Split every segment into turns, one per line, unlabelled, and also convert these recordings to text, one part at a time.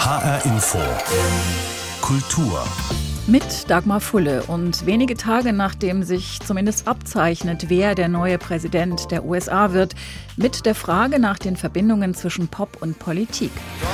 HR Info. Kultur.
Mit Dagmar Fulle und wenige Tage nachdem sich zumindest abzeichnet, wer der neue Präsident der USA wird, mit der Frage nach den Verbindungen zwischen Pop und Politik.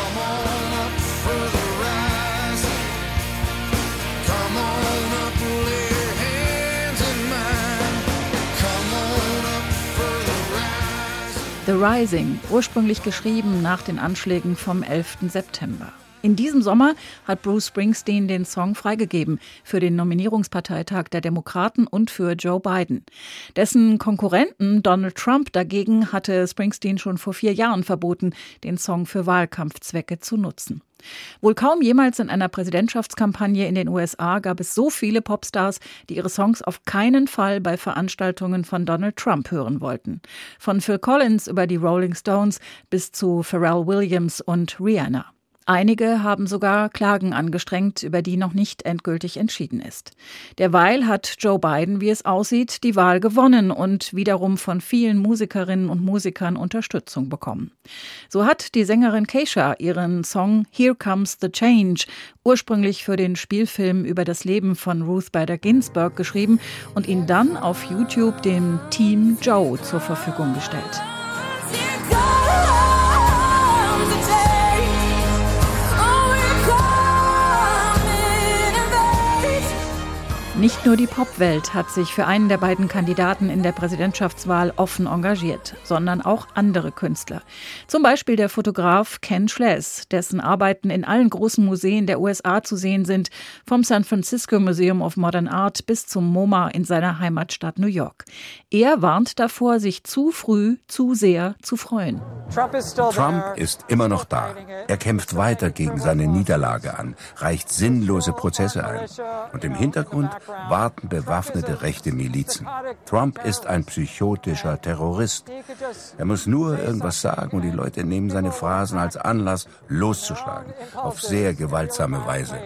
The Rising, ursprünglich geschrieben nach den Anschlägen vom 11. September. In diesem Sommer hat Bruce Springsteen den Song freigegeben für den Nominierungsparteitag der Demokraten und für Joe Biden. Dessen Konkurrenten Donald Trump dagegen hatte Springsteen schon vor 4 Jahren verboten, den Song für Wahlkampfzwecke zu nutzen. Wohl kaum jemals in einer Präsidentschaftskampagne in den USA gab es so viele Popstars, die ihre Songs auf keinen Fall bei Veranstaltungen von Donald Trump hören wollten. Von Phil Collins über die Rolling Stones bis zu Pharrell Williams und Rihanna. Einige haben sogar Klagen angestrengt, über die noch nicht endgültig entschieden ist. Derweil hat Joe Biden, wie es aussieht, die Wahl gewonnen und wiederum von vielen Musikerinnen und Musikern Unterstützung bekommen. So hat die Sängerin Kesha ihren Song Here Comes the Change ursprünglich für den Spielfilm über das Leben von Ruth Bader Ginsburg geschrieben und ihn dann auf YouTube dem Team Joe zur Verfügung gestellt. Nicht nur die Popwelt hat sich für einen der beiden Kandidaten in der Präsidentschaftswahl offen engagiert, sondern auch andere Künstler. Zum Beispiel der Fotograf Ken Schles, dessen Arbeiten in allen großen Museen der USA zu sehen sind, vom San Francisco Museum of Modern Art bis zum MoMA in seiner Heimatstadt New York. Er warnt davor, sich zu früh, zu sehr zu freuen.
Trump ist immer noch da. Er kämpft weiter gegen seine Niederlage an, reicht sinnlose Prozesse ein. Und im Hintergrund warten bewaffnete rechte Milizen. Trump ist ein psychotischer Terrorist. Er muss nur irgendwas sagen und die Leute nehmen seine Phrasen als Anlass, loszuschlagen. Auf sehr gewaltsame Weise.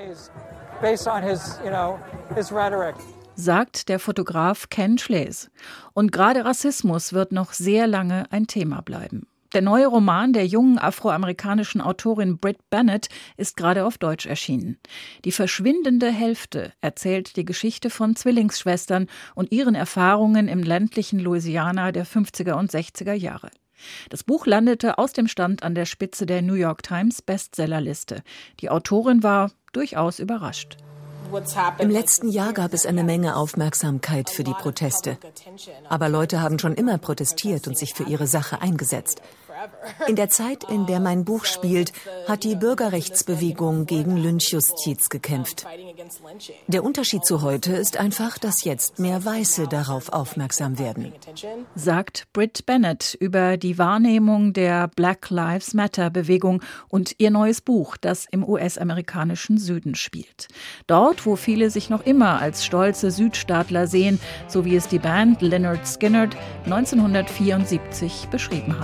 Sagt der Fotograf Ken Schles. Und gerade Rassismus wird noch sehr lange ein Thema bleiben. Der neue Roman der jungen afroamerikanischen Autorin Brit Bennett ist gerade auf Deutsch erschienen. Die verschwindende Hälfte erzählt die Geschichte von Zwillingsschwestern und ihren Erfahrungen im ländlichen Louisiana der 50er und 60er Jahre. Das Buch landete aus dem Stand an der Spitze der New York Times Bestsellerliste. Die Autorin war durchaus überrascht.
Im letzten Jahr gab es eine Menge Aufmerksamkeit für die Proteste. Aber Leute haben schon immer protestiert und sich für ihre Sache eingesetzt. In der Zeit, in der mein Buch spielt, hat die Bürgerrechtsbewegung gegen Lynchjustiz gekämpft. Der Unterschied zu heute ist einfach, dass jetzt mehr Weiße darauf aufmerksam werden.
Sagt Brit Bennett über die Wahrnehmung der Black Lives Matter-Bewegung und ihr neues Buch, das im US-amerikanischen Süden spielt. Dort, wo viele sich noch immer als stolze Südstaatler sehen, so wie es die Band Lynyrd Skynyrd 1974 beschrieben hat.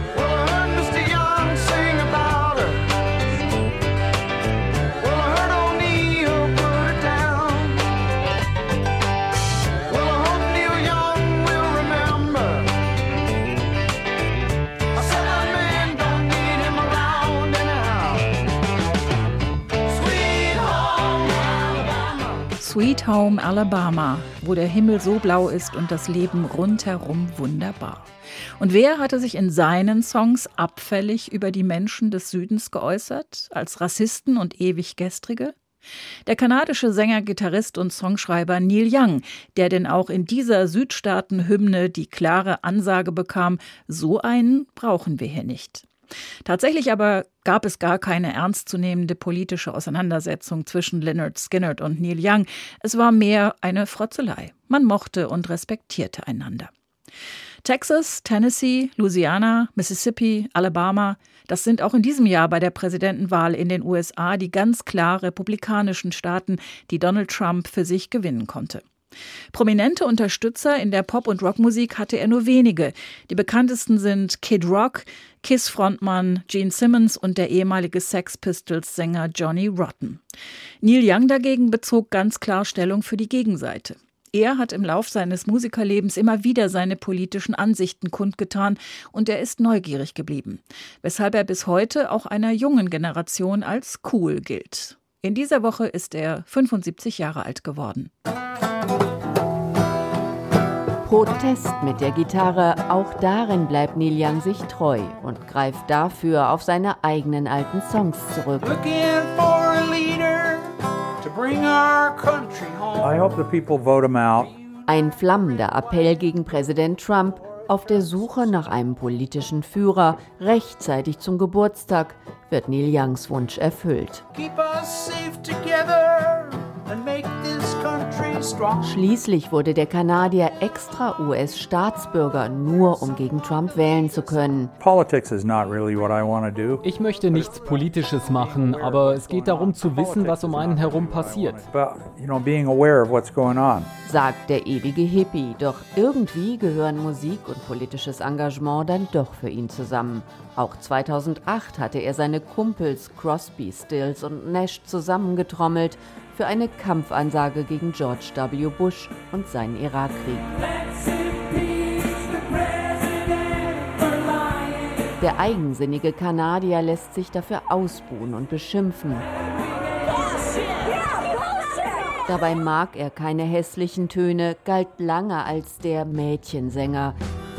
Sweet Home Alabama, wo der Himmel so blau ist und das Leben rundherum wunderbar. Und wer hatte sich in seinen Songs abfällig über die Menschen des Südens geäußert, als Rassisten und ewig Gestrige? Der kanadische Sänger, Gitarrist und Songschreiber Neil Young, der denn auch in dieser Südstaaten-Hymne die klare Ansage bekam, so einen brauchen wir hier nicht. Tatsächlich aber gab es gar keine ernstzunehmende politische Auseinandersetzung zwischen Lynyrd Skynyrd und Neil Young. Es war mehr eine Frotzelei. Man mochte und respektierte einander. Texas, Tennessee, Louisiana, Mississippi, Alabama, das sind auch in diesem Jahr bei der Präsidentenwahl in den USA die ganz klar republikanischen Staaten, die Donald Trump für sich gewinnen konnte. Prominente Unterstützer in der Pop- und Rockmusik hatte er nur wenige. Die bekanntesten sind Kid Rock, Kiss-Frontmann Gene Simmons und der ehemalige Sex Pistols-Sänger Johnny Rotten. Neil Young dagegen bezog ganz klar Stellung für die Gegenseite. Er hat im Lauf seines Musikerlebens immer wieder seine politischen Ansichten kundgetan und er ist neugierig geblieben, weshalb er bis heute auch einer jungen Generation als cool gilt. In dieser Woche ist er 75 Jahre alt geworden.
Protest mit der Gitarre, auch darin bleibt Neil Young sich treu und greift dafür auf seine eigenen alten Songs zurück. Ein flammender Appell gegen Präsident Trump auf der Suche nach einem politischen Führer rechtzeitig zum Geburtstag wird Neil Youngs Wunsch erfüllt. Schließlich wurde der Kanadier extra US-Staatsbürger, nur um gegen Trump wählen zu können.
Ich möchte nichts Politisches machen, aber es geht darum zu wissen, was um einen herum passiert.
Sagt der ewige Hippie, doch irgendwie gehören Musik und politisches Engagement dann doch für ihn zusammen. Auch 2008 hatte er seine Kumpels Crosby, Stills und Nash zusammengetrommelt für eine Kampfansage gegen George W. Bush und seinen Irakkrieg. Der eigensinnige Kanadier lässt sich dafür ausbuhen und beschimpfen. Dabei mag er keine hässlichen Töne, galt lange als der Mädchensänger.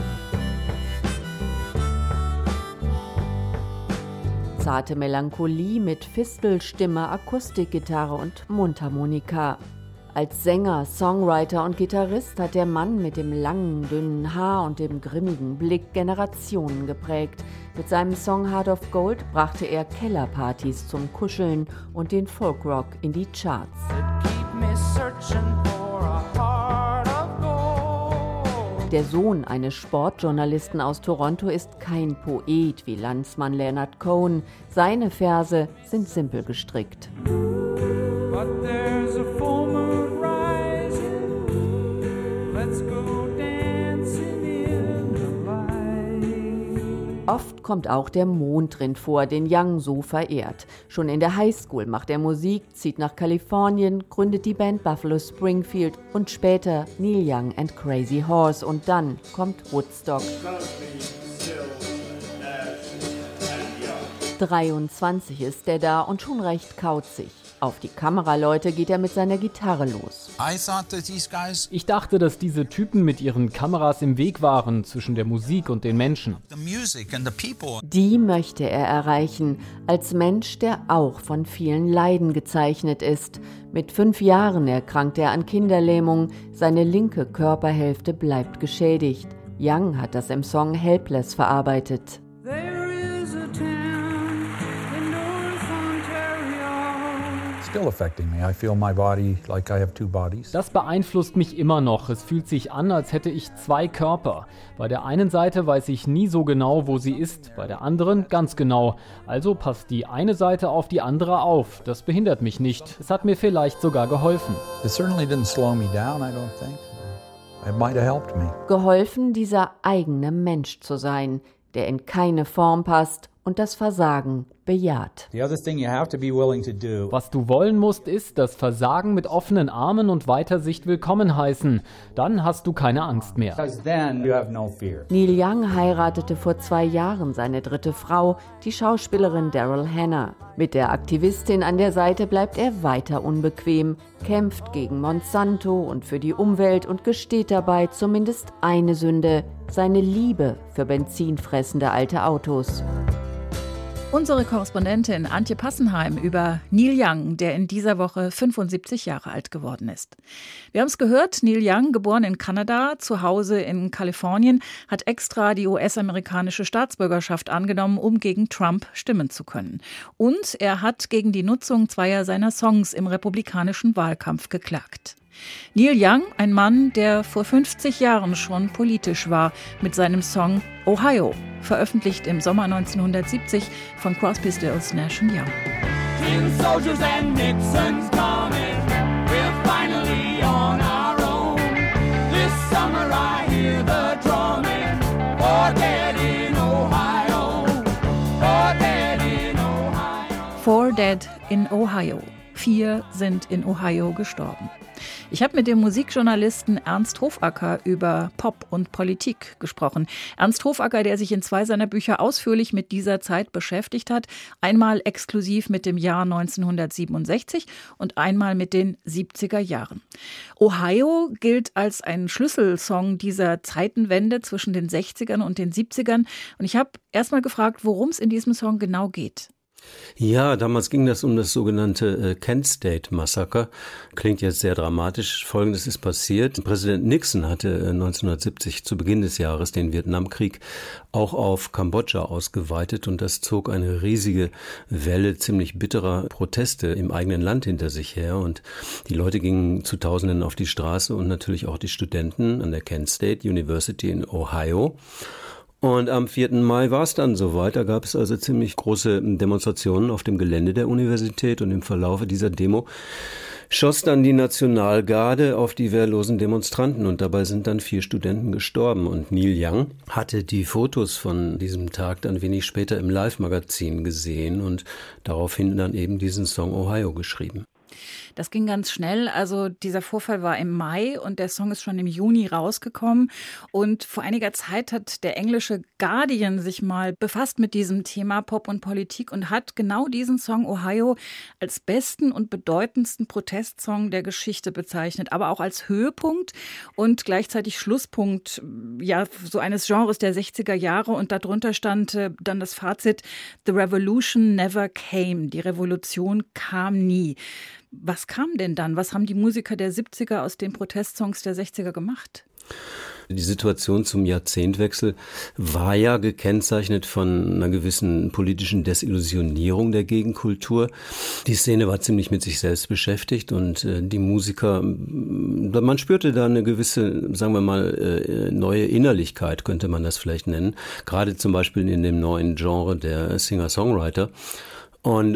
Zarte Melancholie mit Fistelstimme, Akustikgitarre und Mundharmonika. Als Sänger, Songwriter und Gitarrist hat der Mann mit dem langen, dünnen Haar und dem grimmigen Blick Generationen geprägt. Mit seinem Song Heart of Gold brachte er Kellerpartys zum Kuscheln und den Folkrock in die Charts. Der Sohn eines Sportjournalisten aus Toronto ist kein Poet wie Landsmann Leonard Cohen. Seine Verse sind simpel gestrickt. Oft kommt auch der Mond drin vor, den Young so verehrt. Schon in der Highschool macht er Musik, zieht nach Kalifornien, gründet die Band Buffalo Springfield und später Neil Young and Crazy Horse und dann kommt Woodstock. 23 ist er da und schon recht kauzig. Auf die Kameraleute geht er mit seiner Gitarre los.
Ich dachte, dass diese Typen mit ihren Kameras im Weg waren zwischen der Musik und den Menschen.
Die möchte er erreichen, als Mensch, der auch von vielen Leiden gezeichnet ist. Mit 5 Jahren erkrankt er an Kinderlähmung, seine linke Körperhälfte bleibt geschädigt. Young hat das im Song Helpless verarbeitet.
Das beeinflusst mich immer noch. Es fühlt sich an, als hätte ich 2 Körper. Bei der einen Seite weiß ich nie so genau, wo sie ist, bei der anderen ganz genau. Also passt die eine Seite auf die andere auf. Das behindert mich nicht. Es hat mir vielleicht sogar geholfen.
Geholfen, dieser eigene Mensch zu sein, der in keine Form passt und das Versagen bejaht.
Was du wollen musst, ist das Versagen mit offenen Armen und weiter Sicht willkommen heißen. Dann hast du keine Angst mehr.
Neil Young heiratete vor 2 Jahren seine 3. Frau, die Schauspielerin Daryl Hannah. Mit der Aktivistin an der Seite bleibt er weiter unbequem, kämpft gegen Monsanto und für die Umwelt und gesteht dabei zumindest eine Sünde: seine Liebe für benzinfressende alte Autos.
Unsere Korrespondentin Antje Passenheim über Neil Young, der in dieser Woche 75 Jahre alt geworden ist. Wir haben es gehört, Neil Young, geboren in Kanada, zu Hause in Kalifornien, hat extra die US-amerikanische Staatsbürgerschaft angenommen, um gegen Trump stimmen zu können. Und er hat gegen die Nutzung 2 seiner Songs im republikanischen Wahlkampf geklagt. Neil Young, ein Mann, der vor 50 Jahren schon politisch war, mit seinem Song Ohio, veröffentlicht im Sommer 1970 von Crosby, Stills, Nash & Young. Four dead in Ohio. 4 sind in Ohio gestorben. Ich habe mit dem Musikjournalisten Ernst Hofacker über Pop und Politik gesprochen. Ernst Hofacker, der sich in 2 seiner Bücher ausführlich mit dieser Zeit beschäftigt hat. Einmal exklusiv mit dem Jahr 1967 und einmal mit den 70er Jahren. Ohio gilt als ein Schlüsselsong dieser Zeitenwende zwischen den 60ern und den 70ern. Und ich habe erst mal gefragt, worum es in diesem Song genau geht.
Ja, damals ging das um das sogenannte Kent State Massaker. Klingt jetzt sehr dramatisch. Folgendes ist passiert. Präsident Nixon hatte 1970 zu Beginn des Jahres den Vietnamkrieg auch auf Kambodscha ausgeweitet und das zog eine riesige Welle ziemlich bitterer Proteste im eigenen Land hinter sich her und die Leute gingen zu Tausenden auf die Straße und natürlich auch die Studenten an der Kent State University in Ohio. Und am 4. Mai war es dann soweit. Da gab es also ziemlich große Demonstrationen auf dem Gelände der Universität und im Verlaufe dieser Demo schoss dann die Nationalgarde auf die wehrlosen Demonstranten und dabei sind dann 4 Studenten gestorben. Und Neil Young hatte die Fotos von diesem Tag dann wenig später im Live-Magazin gesehen und daraufhin dann eben diesen Song Ohio geschrieben.
Das ging ganz schnell. Also dieser Vorfall war im Mai und der Song ist schon im Juni rausgekommen. Und vor einiger Zeit hat der englische Guardian sich mal befasst mit diesem Thema Pop und Politik und hat genau diesen Song Ohio als besten und bedeutendsten Protestsong der Geschichte bezeichnet, aber auch als Höhepunkt und gleichzeitig Schlusspunkt ja so eines Genres der 60er Jahre. Und darunter stand dann das Fazit: The Revolution never came. Die Revolution kam nie. Was kam denn dann? Was haben die Musiker der 70er aus den Protestsongs der 60er gemacht?
Die Situation zum Jahrzehntwechsel war ja gekennzeichnet von einer gewissen politischen Desillusionierung der Gegenkultur. Die Szene war ziemlich mit sich selbst beschäftigt und die Musiker, man spürte da eine gewisse, sagen wir mal, neue Innerlichkeit, könnte man das vielleicht nennen. Gerade zum Beispiel in dem neuen Genre der Singer-Songwriter. Und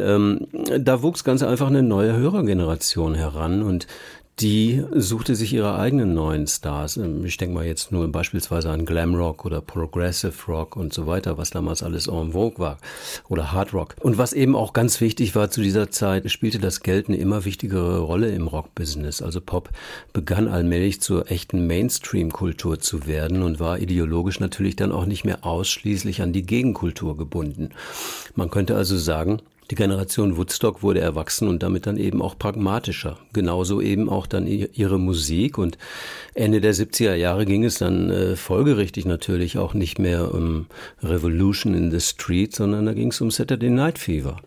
da wuchs ganz einfach eine neue Hörergeneration heran und die suchte sich ihre eigenen neuen Stars. Ich denke mal jetzt nur beispielsweise an Glamrock oder Progressive Rock und so weiter, was damals alles en vogue war, oder Hard Rock. Und was eben auch ganz wichtig war zu dieser Zeit, spielte das Geld eine immer wichtigere Rolle im Rockbusiness. Also Pop begann allmählich zur echten Mainstream-Kultur zu werden und war ideologisch natürlich dann auch nicht mehr ausschließlich an die Gegenkultur gebunden. Man könnte also sagen, die Generation Woodstock wurde erwachsen und damit dann eben auch pragmatischer. Genauso eben auch dann ihre Musik. Und Ende der 70er Jahre ging es dann folgerichtig natürlich auch nicht mehr um Revolution in the Street, sondern da ging es um Saturday Night Fever.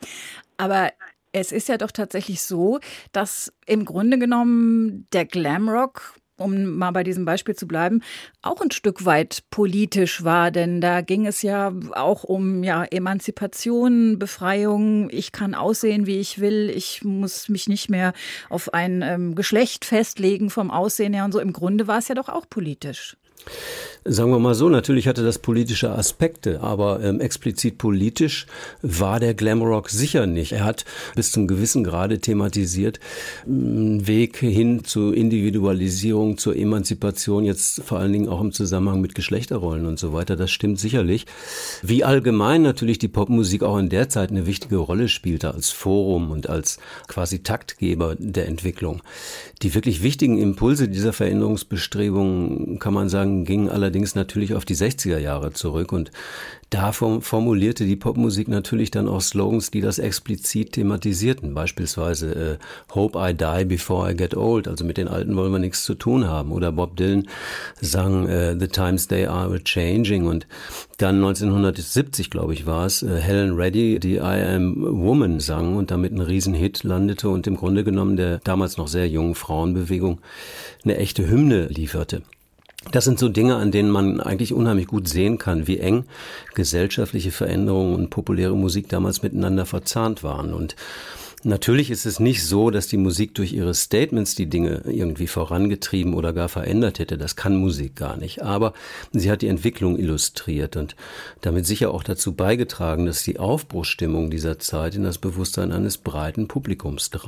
Aber es ist ja doch tatsächlich so, dass im Grunde genommen der Glamrock, um mal bei diesem Beispiel zu bleiben, auch ein Stück weit politisch war. Denn da ging es ja auch um Emanzipation, Befreiung. Ich kann aussehen, wie ich will. Ich muss mich nicht mehr auf ein Geschlecht festlegen vom Aussehen her und so. Im Grunde war es ja doch auch politisch.
Sagen wir mal so, natürlich hatte das politische Aspekte, aber explizit politisch war der Glamrock sicher nicht. Er hat bis zum gewissen Grade thematisiert, einen Weg hin zur Individualisierung, zur Emanzipation, jetzt vor allen Dingen auch im Zusammenhang mit Geschlechterrollen und so weiter. Das stimmt sicherlich. Wie allgemein natürlich die Popmusik auch in der Zeit eine wichtige Rolle spielte als Forum und als quasi Taktgeber der Entwicklung. Die wirklich wichtigen Impulse dieser Veränderungsbestrebungen, kann man sagen, gingen allerdings natürlich auf die 60er Jahre zurück und da formulierte die Popmusik natürlich dann auch Slogans, die das explizit thematisierten. Beispielsweise Hope I Die Before I Get Old, also mit den Alten wollen wir nichts zu tun haben. Oder Bob Dylan sang The Times They Are Changing und dann 1970, glaube ich, war es, Helen Reddy, die I Am Woman sang und damit ein Riesenhit landete und im Grunde genommen der damals noch sehr jungen Frauenbewegung eine echte Hymne lieferte. Das sind so Dinge, an denen man eigentlich unheimlich gut sehen kann, wie eng gesellschaftliche Veränderungen und populäre Musik damals miteinander verzahnt waren. Und natürlich ist es nicht so, dass die Musik durch ihre Statements die Dinge irgendwie vorangetrieben oder gar verändert hätte. Das kann Musik gar nicht. Aber sie hat die Entwicklung illustriert und damit sicher auch dazu beigetragen, dass die Aufbruchsstimmung dieser Zeit in das Bewusstsein eines breiten Publikums drang.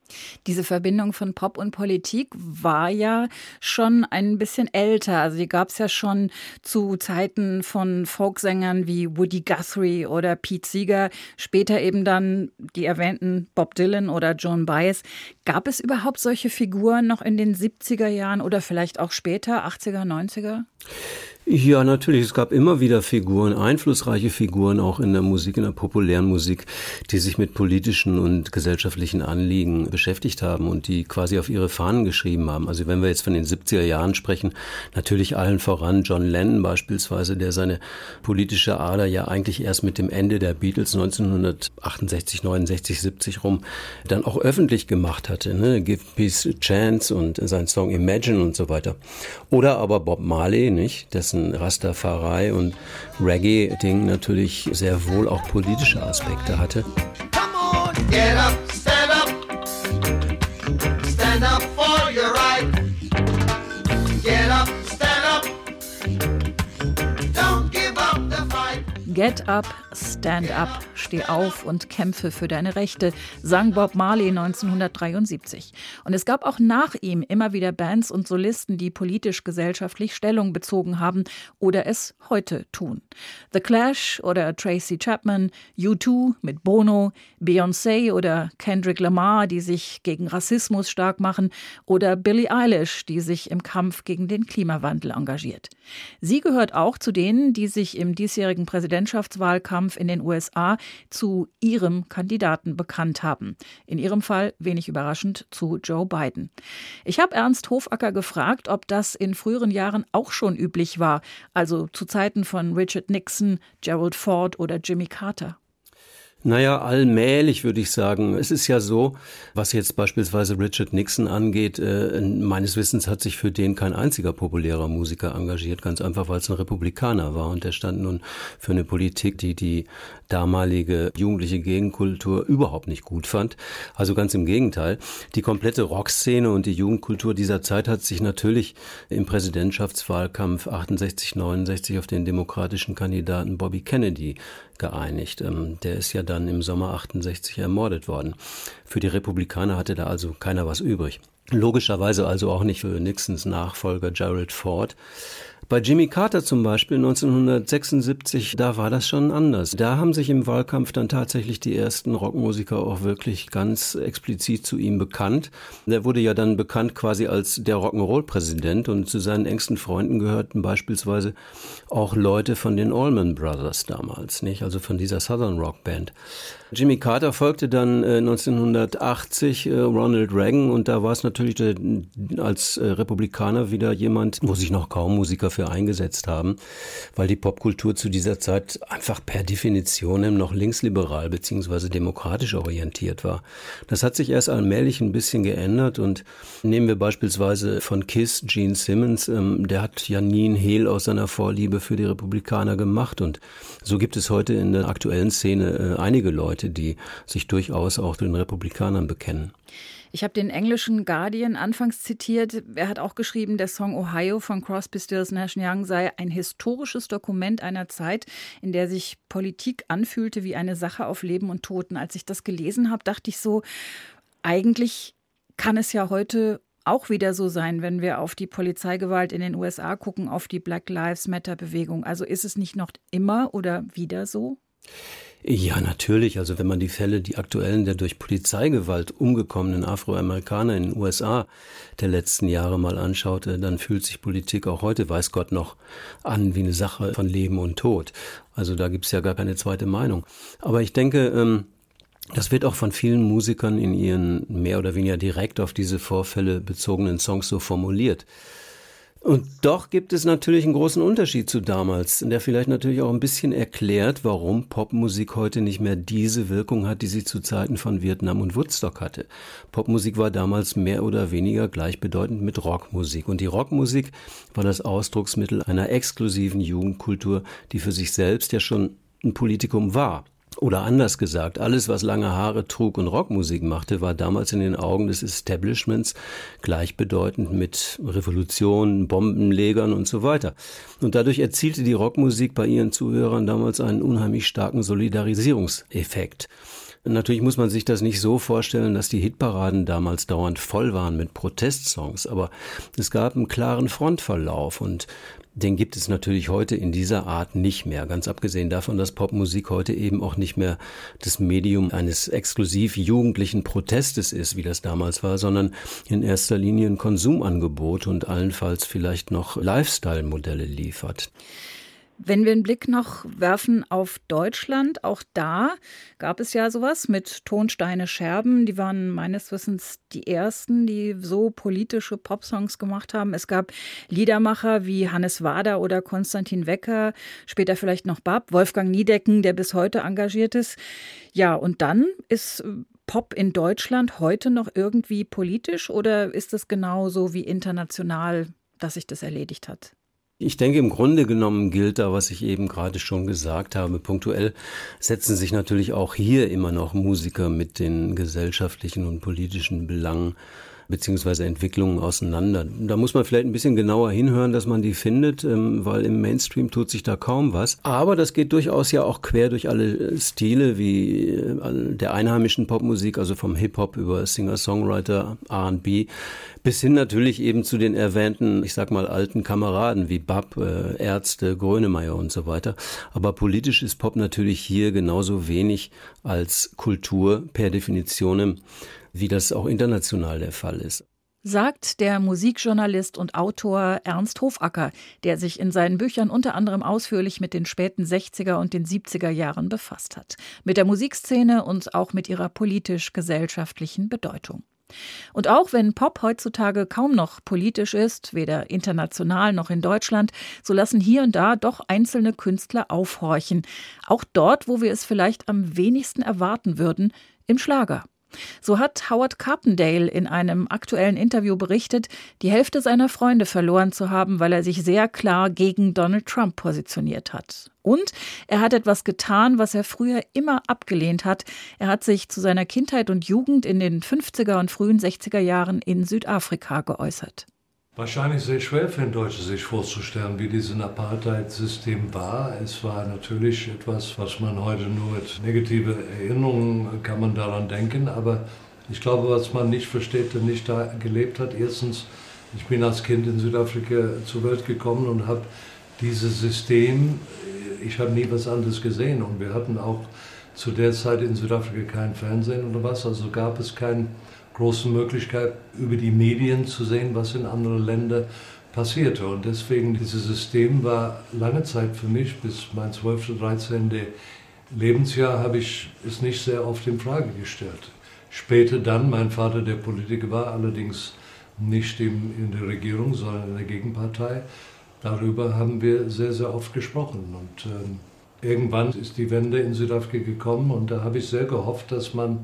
Diese Verbindung von Pop und Politik war ja schon ein bisschen älter. Also die gab es ja schon zu Zeiten von Folksängern wie Woody Guthrie oder Pete Seeger, später eben dann die erwähnten Bob Dylan oder Joan Baez. Gab es überhaupt solche Figuren noch in den 70er Jahren oder vielleicht auch später, 80er, 90er?
Ja, natürlich. Es gab immer wieder Figuren, einflussreiche Figuren auch in der Musik, in der populären Musik, die sich mit politischen und gesellschaftlichen Anliegen beschäftigt haben und die quasi auf ihre Fahnen geschrieben haben. Also wenn wir jetzt von den 70er Jahren sprechen, natürlich allen voran John Lennon beispielsweise, der seine politische Ader ja eigentlich erst mit dem Ende der Beatles 1968, 69, 70 rum dann auch öffentlich gemacht hatte. Ne? Give Peace a Chance und sein Song Imagine und so weiter. Oder aber Bob Marley, nicht? Dessen Rastafari und Reggae-Ding natürlich sehr wohl auch politische Aspekte hatte.
Come on, get up, stand up for your right. Get up, don't give up the fight.
Get up, stand up, steh auf und kämpfe für deine Rechte, sang Bob Marley 1973. Und es gab auch nach ihm immer wieder Bands und Solisten, die politisch-gesellschaftlich Stellung bezogen haben oder es heute tun. The Clash oder Tracy Chapman, U2 mit Bono, Beyoncé oder Kendrick Lamar, die sich gegen Rassismus stark machen, oder Billie Eilish, die sich im Kampf gegen den Klimawandel engagiert. Sie gehört auch zu denen, die sich im diesjährigen Präsidentschaftswahlkampf in den USA zu ihrem Kandidaten bekannt haben. In ihrem Fall, wenig überraschend, zu Joe Biden. Ich habe Ernst Hofacker gefragt, ob das in früheren Jahren auch schon üblich war, also zu Zeiten von Richard Nixon, Gerald Ford oder Jimmy Carter.
Naja, allmählich würde ich sagen. Es ist ja so, was jetzt beispielsweise Richard Nixon angeht, meines Wissens hat sich für den kein einziger populärer Musiker engagiert, ganz einfach, weil es ein Republikaner war und der stand nun für eine Politik, die die damalige jugendliche Gegenkultur überhaupt nicht gut fand. Also ganz im Gegenteil. Die komplette Rockszene und die Jugendkultur dieser Zeit hat sich natürlich im Präsidentschaftswahlkampf 68, 69 auf den demokratischen Kandidaten Bobby Kennedy geeinigt. Der ist ja dann im Sommer 68 ermordet worden. Für die Republikaner hatte da also keiner was übrig. Logischerweise also auch nicht für Nixons Nachfolger Gerald Ford. Bei Jimmy Carter zum Beispiel 1976, da war das schon anders. Da haben sich im Wahlkampf dann tatsächlich die ersten Rockmusiker auch wirklich ganz explizit zu ihm bekannt. Der wurde ja dann bekannt quasi als der Rock'n'Roll-Präsident und zu seinen engsten Freunden gehörten beispielsweise auch Leute von den Allman Brothers damals, nicht? Also von dieser Southern Rock Band. Jimmy Carter folgte dann 1980 Ronald Reagan und da war es natürlich als Republikaner wieder jemand, wo sich noch kaum Musiker für eingesetzt haben, weil die Popkultur zu dieser Zeit einfach per Definition noch linksliberal bzw. demokratisch orientiert war. Das hat sich erst allmählich ein bisschen geändert und nehmen wir beispielsweise von Kiss Gene Simmons, der hat ja nie einen Hehl aus seiner Vorliebe für die Republikaner gemacht und so gibt es heute in der aktuellen Szene einige Leute, die sich durchaus auch den Republikanern bekennen.
Ich habe den englischen Guardian anfangs zitiert. Er hat auch geschrieben, der Song Ohio von Crosby, Stills, Nash & Young sei ein historisches Dokument einer Zeit, in der sich Politik anfühlte wie eine Sache auf Leben und Tod. Und als ich das gelesen habe, dachte ich so, eigentlich kann es ja heute auch wieder so sein, wenn wir auf die Polizeigewalt in den USA gucken, auf die Black Lives Matter Bewegung. Also ist es nicht noch immer oder wieder so?
Ja, natürlich. Also wenn man die Fälle, die aktuellen der durch Polizeigewalt umgekommenen Afroamerikaner in den USA der letzten Jahre mal anschaut, dann fühlt sich Politik auch heute, weiß Gott, noch an wie eine Sache von Leben und Tod. Also da gibt's ja gar keine zweite Meinung. Aber ich denke, das wird auch von vielen Musikern in ihren mehr oder weniger direkt auf diese Vorfälle bezogenen Songs so formuliert. Und doch gibt es natürlich einen großen Unterschied zu damals, der vielleicht natürlich auch ein bisschen erklärt, warum Popmusik heute nicht mehr diese Wirkung hat, die sie zu Zeiten von Vietnam und Woodstock hatte. Popmusik war damals mehr oder weniger gleichbedeutend mit Rockmusik. Und die Rockmusik war das Ausdrucksmittel einer exklusiven Jugendkultur, die für sich selbst ja schon ein Politikum war. Oder anders gesagt, alles, was lange Haare trug und Rockmusik machte, war damals in den Augen des Establishments gleichbedeutend mit Revolutionen, Bombenlegern und so weiter. Und dadurch erzielte die Rockmusik bei ihren Zuhörern damals einen unheimlich starken Solidarisierungseffekt. Natürlich muss man sich das nicht so vorstellen, dass die Hitparaden damals dauernd voll waren mit Protestsongs, aber es gab einen klaren Frontverlauf und den gibt es natürlich heute in dieser Art nicht mehr. Ganz abgesehen davon, dass Popmusik heute eben auch nicht mehr das Medium eines exklusiv jugendlichen Protestes ist, wie das damals war, sondern in erster Linie ein Konsumangebot und allenfalls vielleicht noch Lifestyle-Modelle liefert.
Wenn wir einen Blick noch werfen auf Deutschland, auch da gab es ja sowas mit Tonsteine Scherben. Die waren meines Wissens die ersten, die so politische Popsongs gemacht haben. Es gab Liedermacher wie Hannes Wader oder Konstantin Wecker, später vielleicht noch Bab, Wolfgang Niedecken, der bis heute engagiert ist. Ja, und dann ist Pop in Deutschland heute noch irgendwie politisch oder ist es genauso wie international, dass sich das erledigt hat?
Ich denke, im Grunde genommen gilt da, was ich eben gerade schon gesagt habe. Punktuell setzen sich natürlich auch hier immer noch Musiker mit den gesellschaftlichen und politischen Belangen beziehungsweise Entwicklungen auseinander. Da muss man vielleicht ein bisschen genauer hinhören, dass man die findet, weil im Mainstream tut sich da kaum was. Aber das geht durchaus ja auch quer durch alle Stile wie der einheimischen Popmusik, also vom Hip-Hop über Singer-Songwriter, R&B, bis hin natürlich eben zu den erwähnten, ich sag mal, alten Kameraden wie Bab, Ärzte, Grönemeyer und so weiter. Aber politisch ist Pop natürlich hier genauso wenig als Kultur per Definition, wie das auch international der Fall ist.
Sagt der Musikjournalist und Autor Ernst Hofacker, der sich in seinen Büchern unter anderem ausführlich mit den späten 60er und den 70er Jahren befasst hat. Mit der Musikszene und auch mit ihrer politisch-gesellschaftlichen Bedeutung. Und auch wenn Pop heutzutage kaum noch politisch ist, weder international noch in Deutschland, so lassen hier und da doch einzelne Künstler aufhorchen. Auch dort, wo wir es vielleicht am wenigsten erwarten würden, im Schlager. So hat Howard Carpendale in einem aktuellen Interview berichtet, die Hälfte seiner Freunde verloren zu haben, weil er sich sehr klar gegen Donald Trump positioniert hat. Und er hat etwas getan, was er früher immer abgelehnt hat. Er hat sich zu seiner Kindheit und Jugend in den 50er und frühen 60er Jahren in Südafrika geäußert.
Wahrscheinlich sehr schwer für einen Deutschen sich vorzustellen, wie dieses Apartheid-System war. Es war natürlich etwas, was man heute nur mit negativen Erinnerungen kann man daran denken. Aber ich glaube, was man nicht versteht, der nicht da gelebt hat. Erstens, ich bin als Kind in Südafrika zur Welt gekommen und habe dieses System, ich habe nie was anderes gesehen. Und wir hatten auch zu der Zeit in Südafrika kein Fernsehen oder was. Also gab es keine große Möglichkeit, über die Medien zu sehen, was in anderen Ländern passierte. Und deswegen, dieses System war lange Zeit für mich, bis mein 12., 13. Lebensjahr, habe ich es nicht sehr oft in Frage gestellt. Später dann, mein Vater, der Politiker war, allerdings nicht in der Regierung, sondern in der Gegenpartei. Darüber haben wir sehr, sehr oft gesprochen. Und irgendwann ist die Wende in Südafrika gekommen und da habe ich sehr gehofft, dass man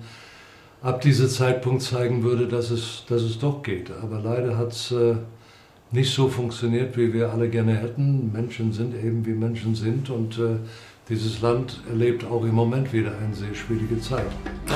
ab diesem Zeitpunkt zeigen würde, dass es doch geht. Aber leider hat es nicht so funktioniert, wie wir alle gerne hätten. Menschen sind eben, wie Menschen sind. Und dieses Land erlebt auch im Moment wieder eine sehr schwierige Zeit.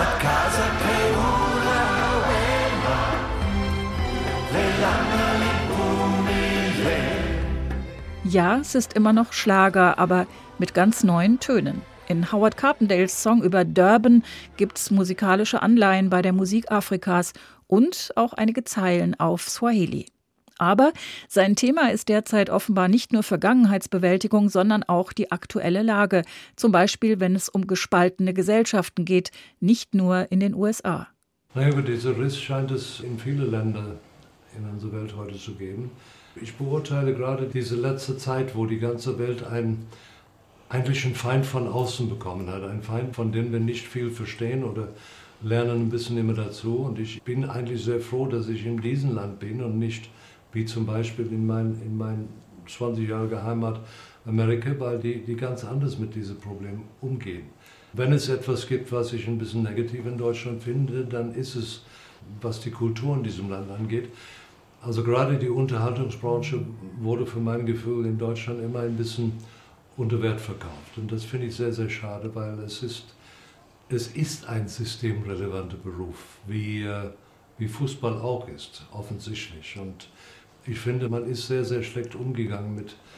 Ja, es ist immer noch Schlager, aber mit ganz neuen Tönen. In Howard Carpendales Song über Durban gibt es musikalische Anleihen bei der Musik Afrikas und auch einige Zeilen auf Swahili. Aber sein Thema ist derzeit offenbar nicht nur Vergangenheitsbewältigung, sondern auch die aktuelle Lage. Zum Beispiel, wenn es um gespaltene Gesellschaften geht, nicht nur in den USA.
Über diesen Riss scheint es in vielen Ländern in unserer Welt heute zu geben. Ich beurteile gerade diese letzte Zeit, wo die ganze Welt eigentlich einen Feind von außen bekommen hat. Ein Feind, von dem wir nicht viel verstehen oder lernen ein bisschen immer dazu. Und ich bin eigentlich sehr froh, dass ich in diesem Land bin und nicht wie zum Beispiel in mein 20-jähriger Heimat Amerika, weil die ganz anders mit diesem Problem umgehen. Wenn es etwas gibt, was ich ein bisschen negativ in Deutschland finde, dann ist es, was die Kultur in diesem Land angeht. Also gerade die Unterhaltungsbranche wurde für mein Gefühl in Deutschland immer ein bisschen unter Wert verkauft. Und das finde ich sehr, sehr schade, weil es ist ein systemrelevanter Beruf, wie Fußball auch ist, offensichtlich. Und ich finde, man ist sehr, sehr schlecht umgegangen mit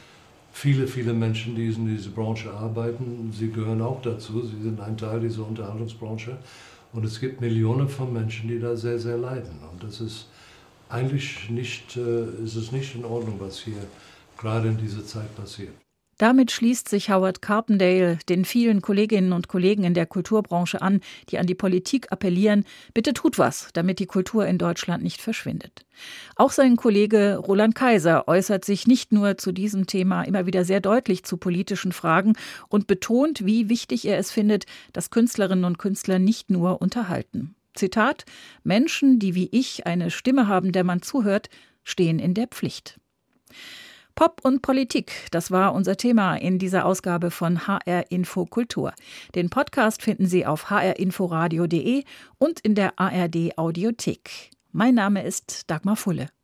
viele, viele Menschen, die in dieser Branche arbeiten, sie gehören auch dazu, sie sind ein Teil dieser Unterhaltungsbranche. Und es gibt Millionen von Menschen, die da sehr, sehr leiden. Und das ist eigentlich nicht in Ordnung, was hier gerade in dieser Zeit passiert.
Damit schließt sich Howard Carpendale den vielen Kolleginnen und Kollegen in der Kulturbranche an, die an die Politik appellieren, bitte tut was, damit die Kultur in Deutschland nicht verschwindet. Auch sein Kollege Roland Kaiser äußert sich nicht nur zu diesem Thema immer wieder sehr deutlich zu politischen Fragen und betont, wie wichtig er es findet, dass Künstlerinnen und Künstler nicht nur unterhalten. Zitat: Menschen, die wie ich eine Stimme haben, der man zuhört, stehen in der Pflicht. Pop und Politik, das war unser Thema in dieser Ausgabe von HR Info Kultur. Den Podcast finden Sie auf hrinforadio.de und in der ARD Audiothek. Mein Name ist Dagmar Fulle.